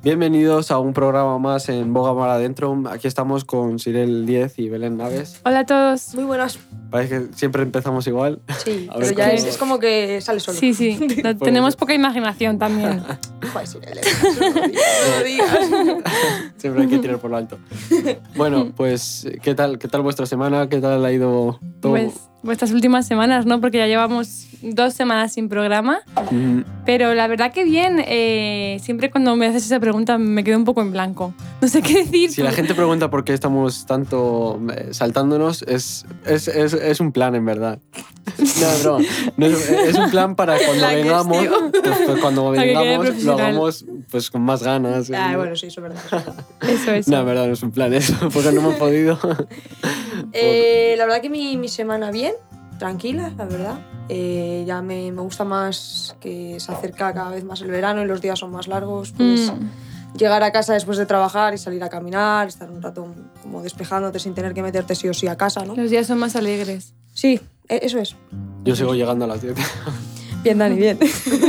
Bienvenidos a un programa más en Boga Mar Adentro. Aquí estamos con Sirel Diez y Belén Naves. Hola a todos. Muy buenas. Parece que siempre empezamos igual. Sí, pero ya es como que sale solo. Sí, sí. Tenemos poca imaginación también. Joder, Sirel, no lo digas. Siempre hay que tirar por lo alto. Bueno, pues, ¿qué tal vuestra semana? ¿Qué tal ha ido todo? Pues vuestras últimas semanas, ¿no? Porque ya llevamos 2 semanas sin programa. Pero la verdad que bien. Siempre cuando me haces esa pregunta me quedo un poco en blanco. No sé qué decir. Si la gente pregunta por qué estamos tanto saltándonos, es un plan, en verdad. No, broma. No, es un plan para cuando vengamos, pues cuando vengamos lo hagamos pues con más ganas. Ah, bueno, sí, eso es verdad. Eso. No, en verdad no es un plan eso, porque no hemos podido. La verdad que mi semana bien, tranquila, la verdad. Ya me gusta más que se acerca cada vez más el verano y los días son más largos. Pues llegar a casa después de trabajar y salir a caminar, estar un rato como despejándote sin tener que meterte sí o sí a casa, ¿no? Los días son más alegres. Sí, eso es. Yo sigo llegando a las 10. Bien, Dani, bien.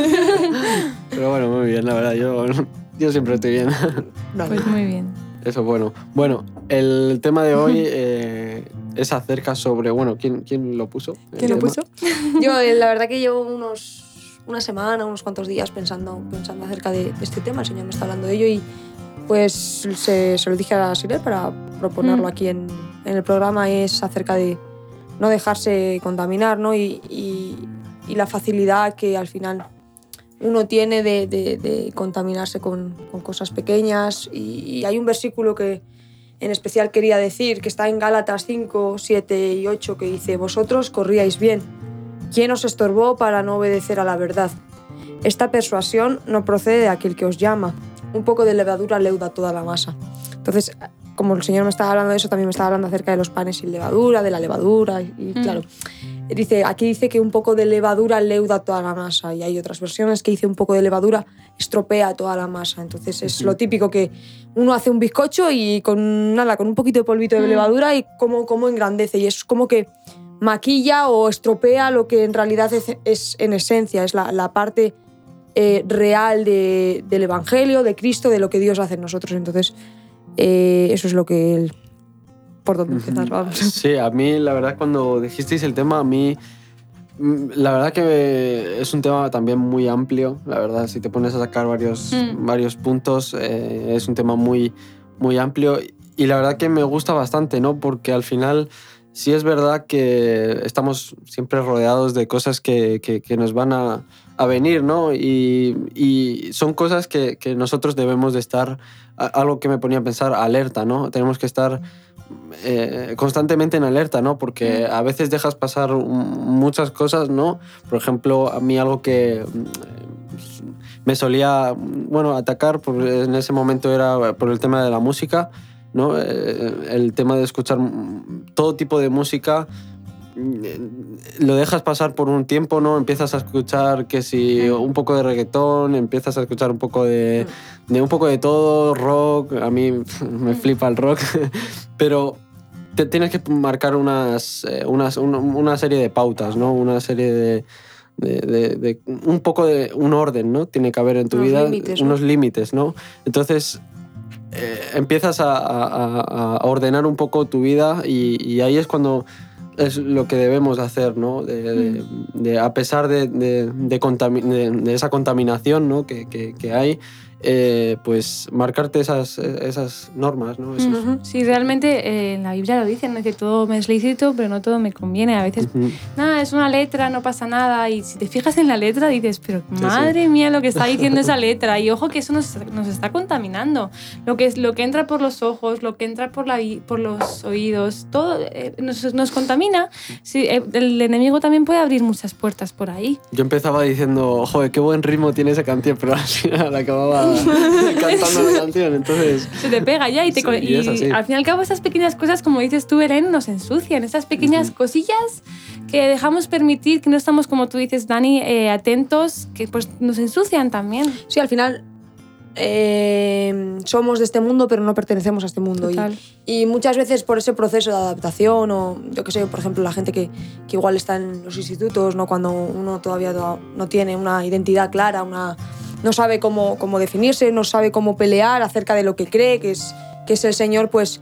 Pero bueno, muy bien, la verdad. Yo siempre estoy bien. Vale. Pues muy bien. Eso, bueno. Bueno, el tema de hoy es acerca sobre... Bueno, ¿quién lo puso? ¿Quién lo puso? Yo, la verdad que llevo una semana, unos cuantos días pensando acerca de este tema. El señor me está hablando de ello y pues se lo dije a Sirel para proponerlo aquí en el programa. Es acerca de no dejarse contaminar, ¿no? Y la facilidad que al final uno tiene de contaminarse con cosas pequeñas. Y hay un versículo que en especial quería decir, que está en Gálatas 5, 7 y 8, que dice: vosotros corríais bien. ¿Quién os estorbó para no obedecer a la verdad? Esta persuasión no procede de aquel que os llama. Un poco de levadura leuda toda la masa. Entonces, como el Señor me estaba hablando de eso, también me estaba hablando acerca de los panes sin levadura, de la levadura. Y claro, aquí dice que un poco de levadura leuda toda la masa. Y hay otras versiones que dice un poco de levadura estropea toda la masa. Entonces es lo típico que uno hace un bizcocho y con un poquito de polvito de levadura y como engrandece. Y es como que maquilla o estropea lo que en realidad es en esencia, es la parte real del Evangelio, de Cristo, de lo que Dios hace en nosotros. Entonces, eso es lo que por dónde empezar, vamos. Sí, a mí, la verdad, cuando dijisteis el tema, a mí, la verdad que es un tema también muy amplio, la verdad, si te pones a sacar varios puntos, es un tema muy, muy amplio y la verdad que me gusta bastante, ¿no? Porque al final sí es verdad que estamos siempre rodeados de cosas que nos van a venir, ¿no? Y son cosas que nosotros debemos de estar, algo que me ponía a pensar, alerta, ¿no? Tenemos que estar constantemente en alerta, ¿no? Porque a veces dejas pasar muchas cosas, ¿no? Por ejemplo, a mí algo que me solía, atacar en ese momento era por el tema de la música, ¿no? El tema de escuchar todo tipo de música, lo dejas pasar por un tiempo, ¿no? Empiezas a escuchar que si un poco de reggaetón, empiezas a escuchar un poco de un poco de todo, rock, a mí me flipa el rock, pero tienes que marcar una serie de pautas, ¿no? Una serie de un poco de un orden, ¿no? Tiene que haber en tu vida unos límites, ¿no? Entonces empiezas a ordenar un poco tu vida y ahí es cuando es lo que debemos hacer, ¿no? A pesar de esa contaminación, ¿no? que hay, pues marcarte esas normas, ¿no? Sí, realmente en la Biblia lo dicen, ¿no? Que todo me es lícito, pero no todo me conviene. A veces, nada, es una letra, no pasa nada. Y si te fijas en la letra, dices, pero madre mía lo que está diciendo esa letra. Y ojo que eso nos está contaminando. Lo que entra por los ojos, lo que entra por los oídos, todo nos contamina. Sí, el enemigo también puede abrir muchas puertas por ahí. Yo empezaba diciendo, joder, qué buen ritmo tiene esa canción, pero al final acababa cantando la canción, entonces... Se te pega ya y al fin y al cabo esas pequeñas cosas, como dices tú, Belén, nos ensucian. Esas pequeñas cosillas que dejamos permitir, que no estamos, como tú dices, Dani, atentos, que pues nos ensucian también. Sí, al final somos de este mundo, pero no pertenecemos a este mundo. Y muchas veces por ese proceso de adaptación, o yo qué sé, por ejemplo, la gente que igual está en los institutos, ¿no? Cuando uno todavía no tiene una identidad clara, no sabe cómo definirse, no sabe cómo pelear acerca de lo que cree, que es el Señor, pues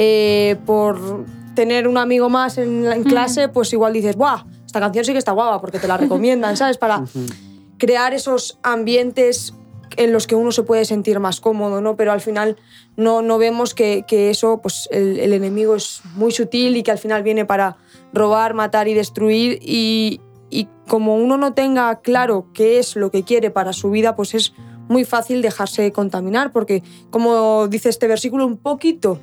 por tener un amigo más en clase, pues igual dices, ¡buah! Esta canción sí que está guapa porque te la recomiendan, ¿sabes? Para crear esos ambientes en los que uno se puede sentir más cómodo, ¿no? Pero al final no vemos que eso, pues el enemigo es muy sutil y que al final viene para robar, matar y destruir, y como uno no tenga claro qué es lo que quiere para su vida, pues es muy fácil dejarse contaminar, porque como dice este versículo, un poquito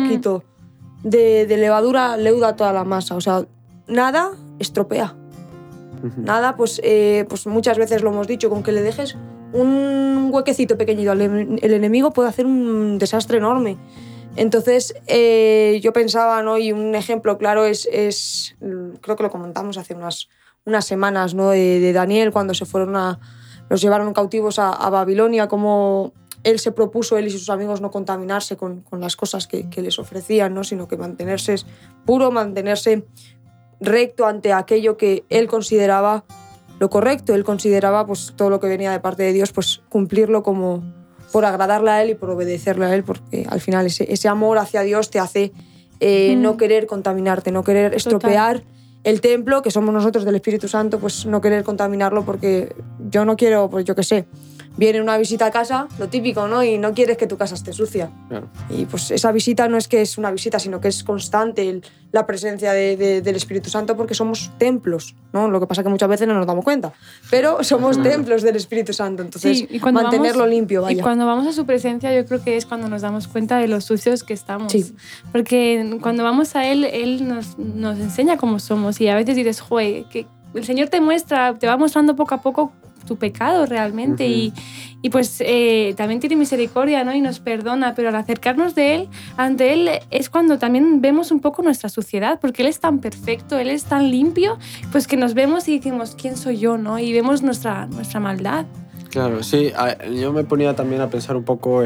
de levadura leuda toda la masa, o sea, nada estropea. Nada, pues muchas veces lo hemos dicho, con que le dejes un huequecito pequeñito el enemigo puede hacer un desastre enorme. Entonces yo pensaba, ¿no? Y un ejemplo claro es creo que lo comentamos hace unas semanas, ¿no? de Daniel, cuando los llevaron cautivos a Babilonia, como él se propuso, él y sus amigos, no contaminarse con las cosas que les ofrecían, ¿no? Sino que mantenerse puro, mantenerse recto ante aquello que él consideraba lo correcto. Él consideraba, pues, todo lo que venía de parte de Dios, pues cumplirlo como por agradarle a él y por obedecerle a él, porque al final ese amor hacia Dios te hace no querer contaminarte, no querer estropear el templo, que somos nosotros del Espíritu Santo, pues no querer contaminarlo, porque yo no quiero, pues yo qué sé, viene una visita a casa, lo típico, ¿no? Y no quieres que tu casa esté sucia. Claro. Y pues esa visita no es que es una visita, sino que es constante la presencia del Espíritu Santo, porque somos templos, ¿no? Lo que pasa es que muchas veces no nos damos cuenta, pero somos templos del Espíritu Santo, entonces sí, mantenerlo limpio, vaya. Y cuando vamos a su presencia, yo creo que es cuando nos damos cuenta de los sucios que estamos. Sí. Porque cuando vamos a Él nos enseña cómo somos, y a veces dices, joder, que el Señor te va mostrando poco a poco tu pecado realmente, y pues también tiene misericordia, ¿no? Y nos perdona, pero al acercarnos ante Él es cuando también vemos un poco nuestra suciedad, porque Él es tan perfecto, Él es tan limpio, pues que nos vemos y decimos, ¿quién soy yo, no? Y vemos nuestra maldad. Claro, sí. Yo me ponía también a pensar un poco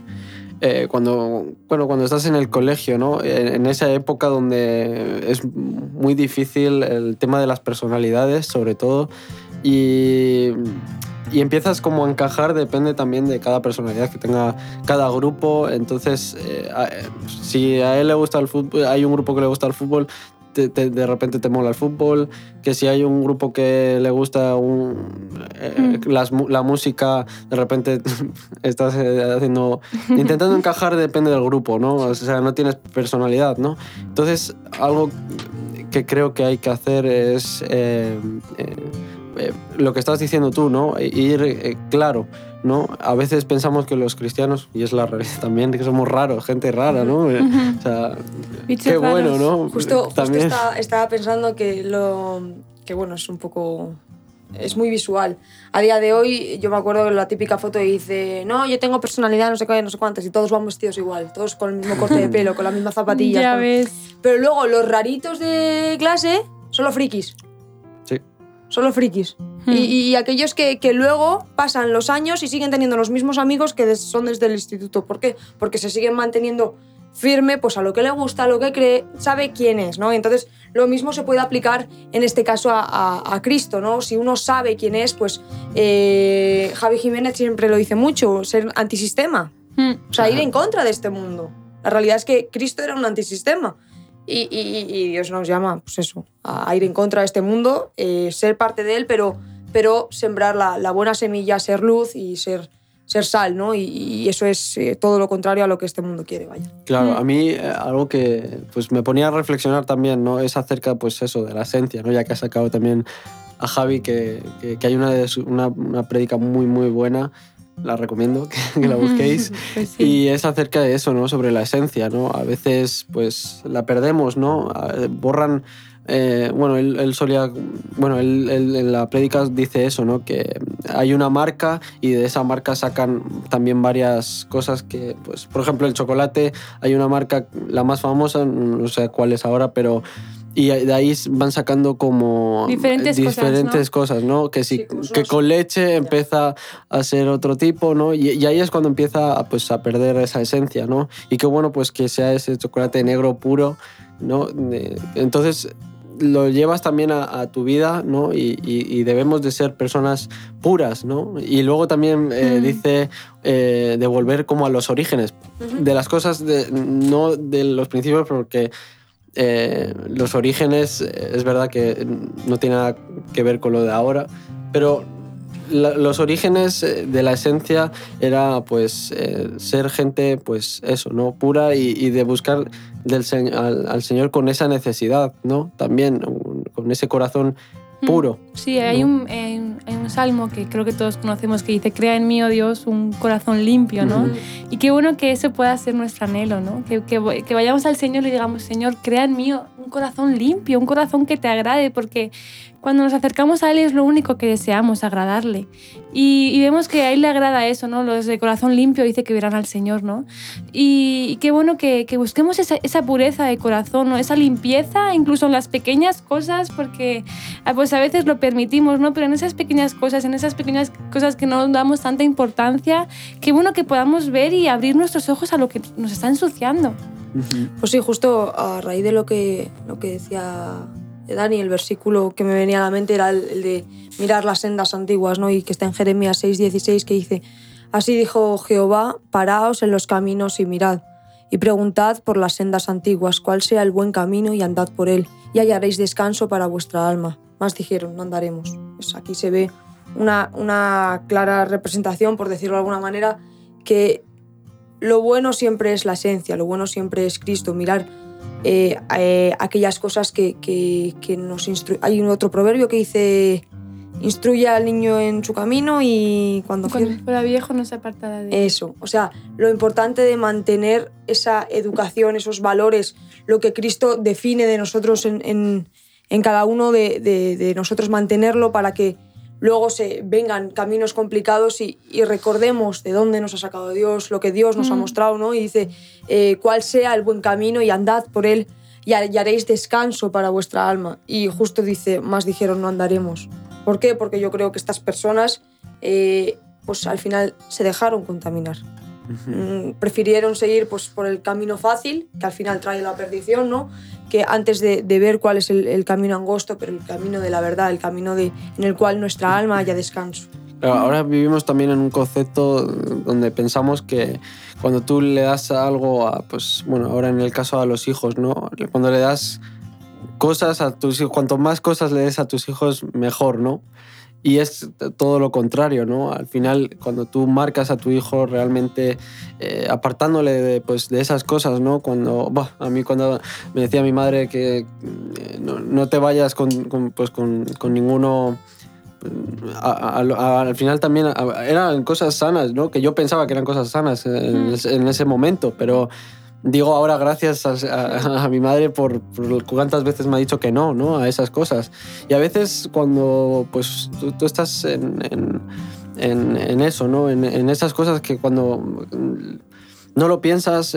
cuando estás en el colegio, ¿no? En esa época donde es muy difícil el tema de las personalidades, sobre todo, y empiezas como a encajar, depende también de cada personalidad que tenga cada grupo. Entonces, si a él le gusta el fútbol, hay un grupo que le gusta el fútbol, de repente te mola el fútbol. Que si hay un grupo que le gusta la música, de repente estás intentando encajar, depende del grupo, ¿no? O sea, no tienes personalidad, ¿no? Entonces, algo que creo que hay que hacer es lo que estás diciendo tú, ¿no? Ir claro, ¿no? A veces pensamos que los cristianos, y es la realidad también, que somos raros, gente rara, ¿no? O sea, qué bueno, ¿no? Justo estaba pensando que bueno, es un poco... Es muy visual. A día de hoy, yo me acuerdo de la típica foto que dice, no, yo tengo personalidad, no sé qué, no sé cuántas, y todos van vestidos igual, todos con el mismo corte de pelo, con las mismas zapatillas. Ya ves. Pero luego los raritos de clase son los frikis. Sí. Son los frikis. Y aquellos que luego pasan los años y siguen teniendo los mismos amigos que son desde el instituto. ¿Por qué? Porque se siguen manteniendo firme, pues, a lo que le gusta, a lo que cree, sabe quién es, ¿no? Entonces, lo mismo se puede aplicar en este caso a Cristo, ¿no? Si uno sabe quién es, pues Javi Jiménez siempre lo dice mucho, ser antisistema. O sea, ir en contra de este mundo. La realidad es que Cristo era un antisistema. Y Dios nos llama, pues eso, a ir en contra de este mundo, ser parte de él, pero sembrar la buena semilla, ser luz y ser sal, ¿no? Y eso es todo lo contrario a lo que este mundo quiere, vaya. Claro, a mí algo que pues me ponía a reflexionar también, ¿no? Es acerca, pues eso, de la esencia, ¿no? Ya que has sacado también a Javi, que hay una prédica muy, muy buena, la recomiendo, que la busquéis. Pues sí. Y es acerca de eso, ¿no? Sobre la esencia, ¿no? A veces, pues, la perdemos, ¿no? Borran... él solía... Bueno, él en la prédica dice eso, ¿no? Que hay una marca y de esa marca sacan también varias cosas que... Pues, por ejemplo, el chocolate, hay una marca, la más famosa, no sé cuál es ahora, pero... Y de ahí van sacando como diferentes cosas, ¿no? Que, que con leche empieza a ser otro tipo, ¿no? Y ahí es cuando empieza pues, a perder esa esencia, ¿no? Y qué bueno pues que sea ese chocolate negro puro, ¿no? Entonces lo llevas también a tu vida, ¿no? Y debemos de ser personas puras, ¿no? Y luego también dice de volver como a los orígenes de las cosas, no de los principios, porque los orígenes es verdad que no tiene nada que ver con lo de ahora, pero los orígenes de la esencia era pues ser gente pues eso, ¿no? Pura y de buscar al Señor con esa necesidad, ¿no? También con ese corazón puro. Sí, hay un salmo que creo que todos conocemos que dice: crea en mí, oh Dios, un corazón limpio, ¿no? Y qué bueno que eso pueda ser nuestro anhelo, ¿no? Que vayamos al Señor y digamos: Señor, crea en mí un corazón limpio, un corazón que te agrade, porque cuando nos acercamos a Él es lo único que deseamos, agradarle. Y vemos que a Él le agrada eso, ¿no? Los de corazón limpio dice que verán al Señor, ¿no? Y qué bueno que busquemos esa pureza de corazón, ¿no? Esa limpieza, incluso en las pequeñas cosas, porque pues a veces lo permitimos, ¿no? Pero en esas pequeñas cosas que no damos tanta importancia, qué bueno que podamos ver y abrir nuestros ojos a lo que nos está ensuciando. Pues sí, justo a raíz de lo que decía Dani, el versículo que me venía a la mente era el de mirar las sendas antiguas, ¿no? Y que está en Jeremías 6:16, que dice: así dijo Jehová, paraos en los caminos y mirad, y preguntad por las sendas antiguas, cuál sea el buen camino, y andad por él, y hallaréis descanso para vuestra alma. Más dijeron, no andaremos. Pues aquí se ve una clara representación, por decirlo de alguna manera, que lo bueno siempre es la esencia, lo bueno siempre es Cristo, mirar aquellas cosas que nos instruyen. Hay un otro proverbio que dice: instruye al niño en su camino y cuando fuera viejo no se apartará de él. Eso, o sea, lo importante de mantener esa educación, esos valores, lo que Cristo define de nosotros en cada uno de nosotros, mantenerlo para que luego se vengan caminos complicados y recordemos de dónde nos ha sacado Dios, lo que Dios nos ha mostrado, ¿no? Y dice, cuál sea el buen camino y andad por él y haréis descanso para vuestra alma. Y justo dice, más dijeron, no andaremos. ¿Por qué? Porque yo creo que estas personas pues al final se dejaron contaminar. Prefirieron seguir pues, por el camino fácil, que al final trae la perdición, ¿no? Que antes de ver cuál es el camino angosto, pero el camino de la verdad, el camino en el cual nuestra alma haya descanso. Pero ahora vivimos también en un concepto donde pensamos que cuando tú le das algo pues bueno, ahora en el caso a los hijos, ¿no? Cuando le das cosas a tus hijos, cuanto más cosas le des a tus hijos, mejor, ¿no? Y es todo lo contrario, ¿no? Al final, cuando tú marcas a tu hijo realmente apartándole de esas cosas, ¿no? A mí cuando me decía mi madre que no te vayas con ninguno... Al final también eran cosas sanas, ¿no? Que yo pensaba que eran cosas sanas en ese momento, pero... Digo ahora gracias a mi madre por cuántas veces me ha dicho que no a esas cosas. Y a veces cuando pues, tú estás en eso, ¿no? En esas cosas que cuando no lo piensas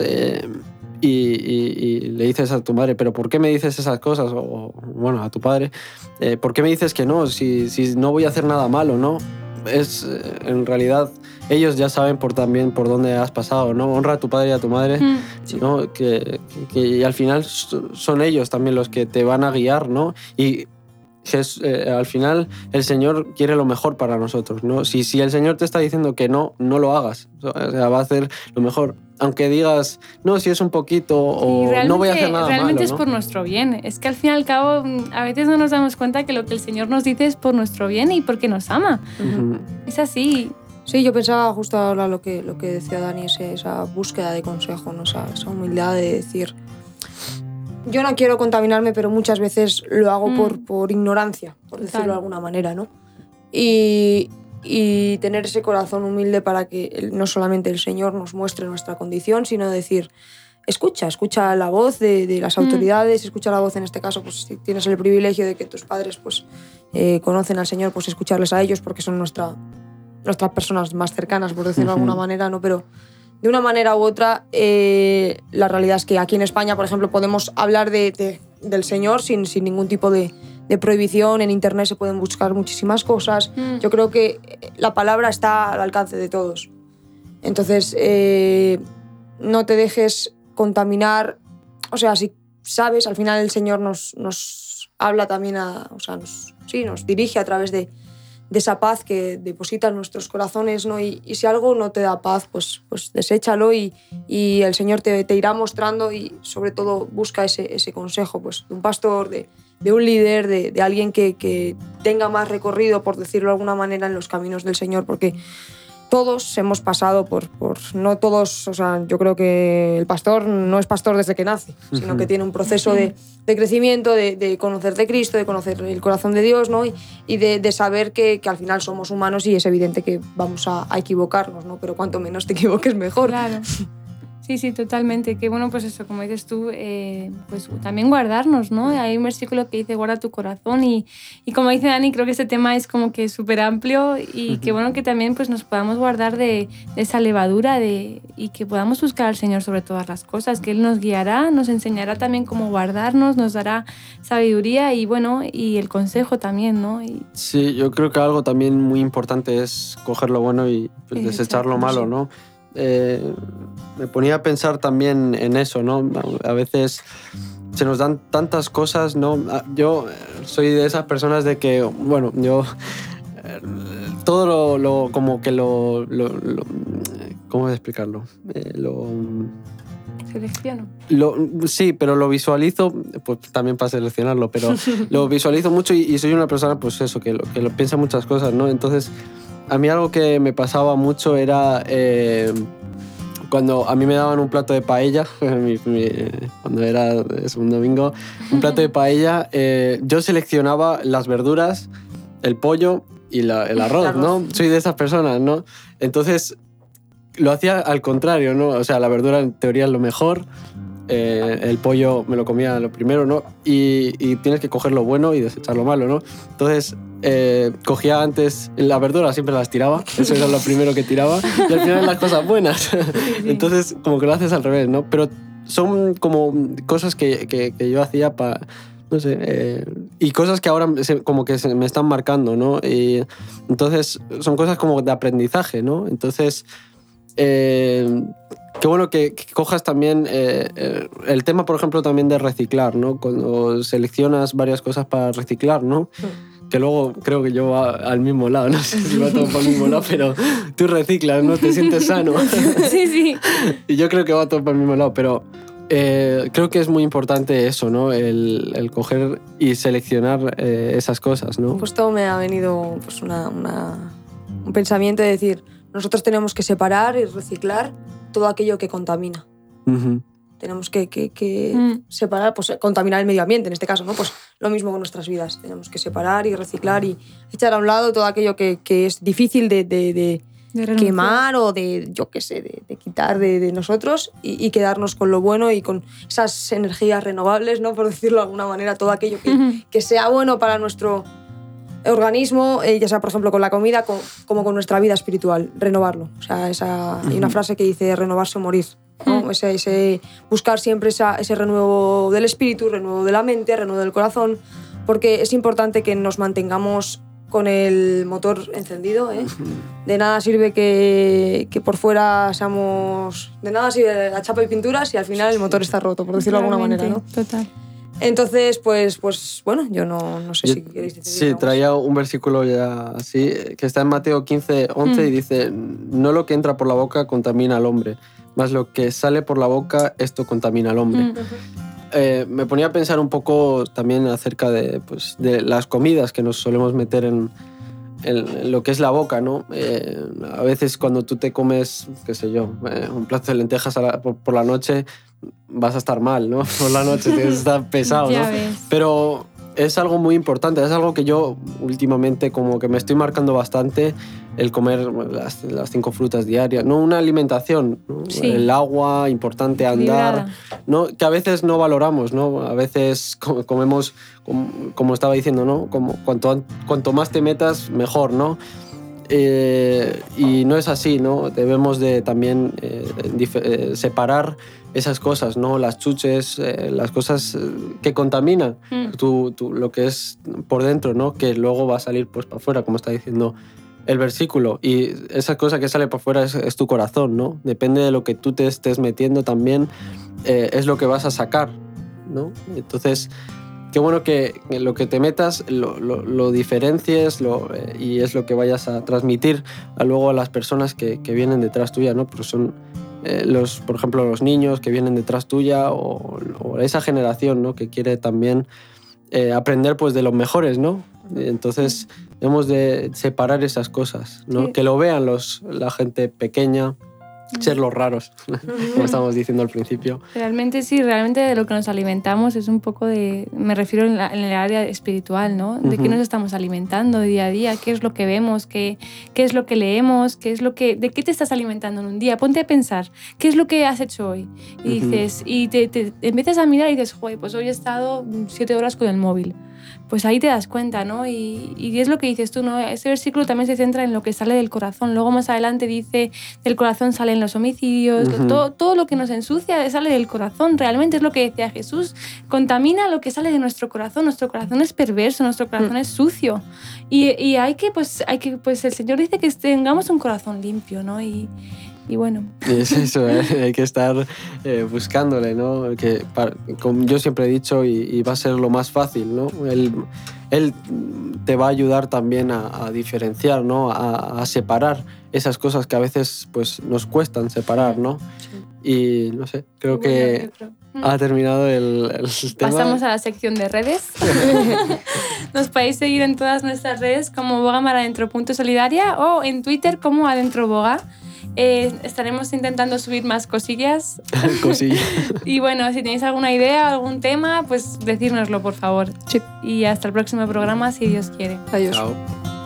y le dices a tu madre, ¿pero por qué me dices esas cosas? O bueno, a tu padre, ¿por qué me dices que no? Si no voy a hacer nada malo, ¿no? Es en realidad... Ellos ya saben también por dónde has pasado, ¿no? Honra a tu padre y a tu madre, ¿no? Que al final son ellos también los que te van a guiar, ¿no? Y al final el Señor quiere lo mejor para nosotros, ¿no? Si el Señor te está diciendo que no lo hagas. O sea, va a hacer lo mejor. Aunque digas, no, si es un poquito o no voy a hacer nada malo, realmente ¿no? es por nuestro bien. Es que al fin y al cabo a veces no nos damos cuenta que lo que el Señor nos dice es por nuestro bien y porque nos ama. Es así. Sí, yo pensaba justo ahora lo que decía Dani, esa búsqueda de consejo, ¿no? Esa humildad de decir, yo no quiero contaminarme, pero muchas veces lo hago por ignorancia, por decirlo de alguna manera, ¿no? Y tener ese corazón humilde para que no solamente el Señor nos muestre nuestra condición, sino decir, escucha la voz de las autoridades, escucha la voz, en este caso, pues si tienes el privilegio de que tus padres pues, conocen al Señor, pues escucharles a ellos porque son nuestras personas más cercanas, por decirlo de alguna manera, ¿no? Pero de una manera u otra, la realidad es que aquí en España, por ejemplo, podemos hablar del Señor sin ningún tipo de prohibición. En Internet se pueden buscar muchísimas cosas. Yo creo que la palabra está al alcance de todos. Entonces, no te dejes contaminar. O sea, si sabes, al final el Señor nos habla también nos dirige a través de esa paz que deposita en nuestros corazones, ¿no? Y si algo no te da paz, pues deséchalo y el Señor te irá mostrando, y sobre todo busca ese consejo pues, de un pastor, de un líder, de alguien que tenga más recorrido, por decirlo de alguna manera, en los caminos del Señor, porque todos hemos pasado no todos, o sea, yo creo que el pastor no es pastor desde que nace, sino que tiene un proceso de crecimiento, de conocer de Cristo, de conocer el corazón de Dios, ¿no? Y de saber que al final somos humanos y es evidente que vamos a equivocarnos, ¿no? Pero cuanto menos te equivoques, mejor. Claro. Sí, totalmente. Que bueno, pues eso, como dices tú, pues también guardarnos, ¿no? Hay un versículo que dice guarda tu corazón y como dice Dani, creo que este tema es como que súper amplio y que bueno que también pues nos podamos guardar de esa levadura y que podamos buscar al Señor sobre todas las cosas, que Él nos guiará, nos enseñará también cómo guardarnos, nos dará sabiduría y bueno, y el consejo también, ¿no? Sí, yo creo que algo también muy importante es coger lo bueno y pues, desechar lo malo, ¿no? Me ponía a pensar también en eso, ¿no? A veces se nos dan tantas cosas, ¿no? Yo soy de esas personas de que, bueno, yo todo lo como que lo ¿cómo explicarlo? Selecciono. Sí, pero lo visualizo, pues también para seleccionarlo, pero lo visualizo mucho y soy una persona, pues eso, que lo piensa muchas cosas, ¿no? Entonces, a mí algo que me pasaba mucho era cuando a mí me daban un plato de paella, cuando era un domingo, un plato de paella, yo seleccionaba las verduras, el pollo y el arroz, ¿no? Soy de esas personas, ¿no? Entonces, lo hacía al contrario, ¿no? O sea, la verdura en teoría es lo mejor, el pollo me lo comía lo primero, ¿no? Y tienes que coger lo bueno y desechar lo malo, ¿no? Entonces, cogía antes la verdura, siempre las tiraba, eso era lo primero que tiraba, y al final las cosas buenas. Entonces, como que lo haces al revés, ¿no? Pero son como cosas que yo hacía para, no sé, y cosas que ahora como que se me están marcando, ¿no? Y entonces, son cosas como de aprendizaje, ¿no? Entonces, qué bueno que cojas también el tema, por ejemplo, también de reciclar, ¿no? Cuando seleccionas varias cosas para reciclar, ¿no? Que luego creo que yo va al mismo lado, no sé si va todo por el mismo lado, pero tú reciclas, ¿no? Te sientes sano. Sí. Y yo creo que va todo por el mismo lado, pero creo que es muy importante eso, ¿no? El coger y seleccionar esas cosas, ¿no? Pues todo me ha venido pues un pensamiento de decir, nosotros tenemos que separar y reciclar todo aquello que contamina. Tenemos que separar, pues contaminar el medio ambiente en este caso, ¿no? Pues lo mismo con nuestras vidas. Tenemos que separar y reciclar y echar a un lado todo aquello que es difícil de quemar o yo qué sé, de quitar de nosotros y quedarnos con lo bueno y con esas energías renovables, ¿no? Por decirlo de alguna manera, todo aquello que sea bueno para nuestro organismo, ya sea por ejemplo con la comida como con nuestra vida espiritual, renovarlo. O sea, hay una frase que dice renovarse o morir, ¿no? Ese buscar siempre ese renuevo del espíritu, renuevo de la mente, renuevo del corazón, porque es importante que nos mantengamos con el motor encendido, ¿eh? De nada sirve que por fuera seamos... De nada sirve la chapa y pintura si al final el motor está roto, por decirlo de alguna manera, ¿no? Total. Entonces, pues bueno, yo no sé si queréis decir. Sí, traía un versículo ya así, que está en Mateo 15:11 y dice, no lo que entra por la boca contamina al hombre, más lo que sale por la boca, esto contamina al hombre. Me ponía a pensar un poco también acerca de las comidas que nos solemos meter en lo que es la boca, ¿no? A veces cuando tú te comes, qué sé yo, un plato de lentejas por la noche, vas a estar mal, ¿no? Por la noche tienes que estar pesado, ¿no? Pero es algo muy importante, es algo que yo últimamente como que me estoy marcando bastante, el comer las 5 frutas diarias, ¿no? Una alimentación, ¿no? Sí. El agua, importante andar, ¿no? Que a veces no valoramos, ¿no? A veces comemos, como estaba diciendo, ¿no? Como cuanto más te metas, mejor, ¿no? Y no es así, ¿no? Debemos de también separar esas cosas, ¿no? Las chuches, las cosas que contaminan lo que es por dentro, ¿no? Que luego va a salir pues para afuera, como está diciendo el versículo. Y esa cosa que sale para afuera es tu corazón, ¿no? Depende de lo que tú te estés metiendo también, es lo que vas a sacar, ¿no? Entonces, qué bueno que lo que te metas lo diferencies y es lo que vayas a transmitir luego a las personas que vienen detrás tuya, ¿no? Porque son por ejemplo, los niños que vienen detrás tuya o esa generación, ¿no? Que quiere también aprender pues, de los mejores, ¿no? Entonces debemos de separar esas cosas, ¿no? Sí. Que lo vean la gente pequeña, ser los raros, como estábamos diciendo al principio. Realmente sí, realmente de lo que nos alimentamos es un poco de, me refiero en el área espiritual, ¿no? De qué nos estamos alimentando día a día, qué es lo que vemos, qué es lo que leemos, de qué te estás alimentando en un día. Ponte a pensar, ¿qué es lo que has hecho hoy? Y dices, y te empiezas a mirar y dices, joder, pues hoy he estado 7 horas con el móvil. Pues ahí te das cuenta, ¿no? Y es lo que dices tú, ¿no? Ese versículo también se centra en lo que sale del corazón. Luego más adelante dice, del corazón salen los homicidios, todo lo que nos ensucia sale del corazón. Realmente es lo que decía Jesús, contamina lo que sale de nuestro corazón. Nuestro corazón es perverso, nuestro corazón es sucio. Y hay que, el Señor dice que tengamos un corazón limpio, ¿no? Y bueno. Es eso, hay que estar buscándole, ¿no? Como yo siempre he dicho, y va a ser lo más fácil, ¿no? Él te va a ayudar también a diferenciar, ¿no? A separar esas cosas que a veces pues, nos cuestan separar, ¿no? Sí. Y no sé, creo que ha terminado el tema. Pasamos a la sección de redes. Nos podéis seguir en todas nuestras redes como boga-mar-adentro.solidaria o en Twitter como adentroboga. Estaremos intentando subir más cosillas. Y bueno, si tenéis alguna idea, algún tema, pues decírnoslo, por favor. Sí. Y hasta el próximo programa, si Dios quiere. Adiós. Chao.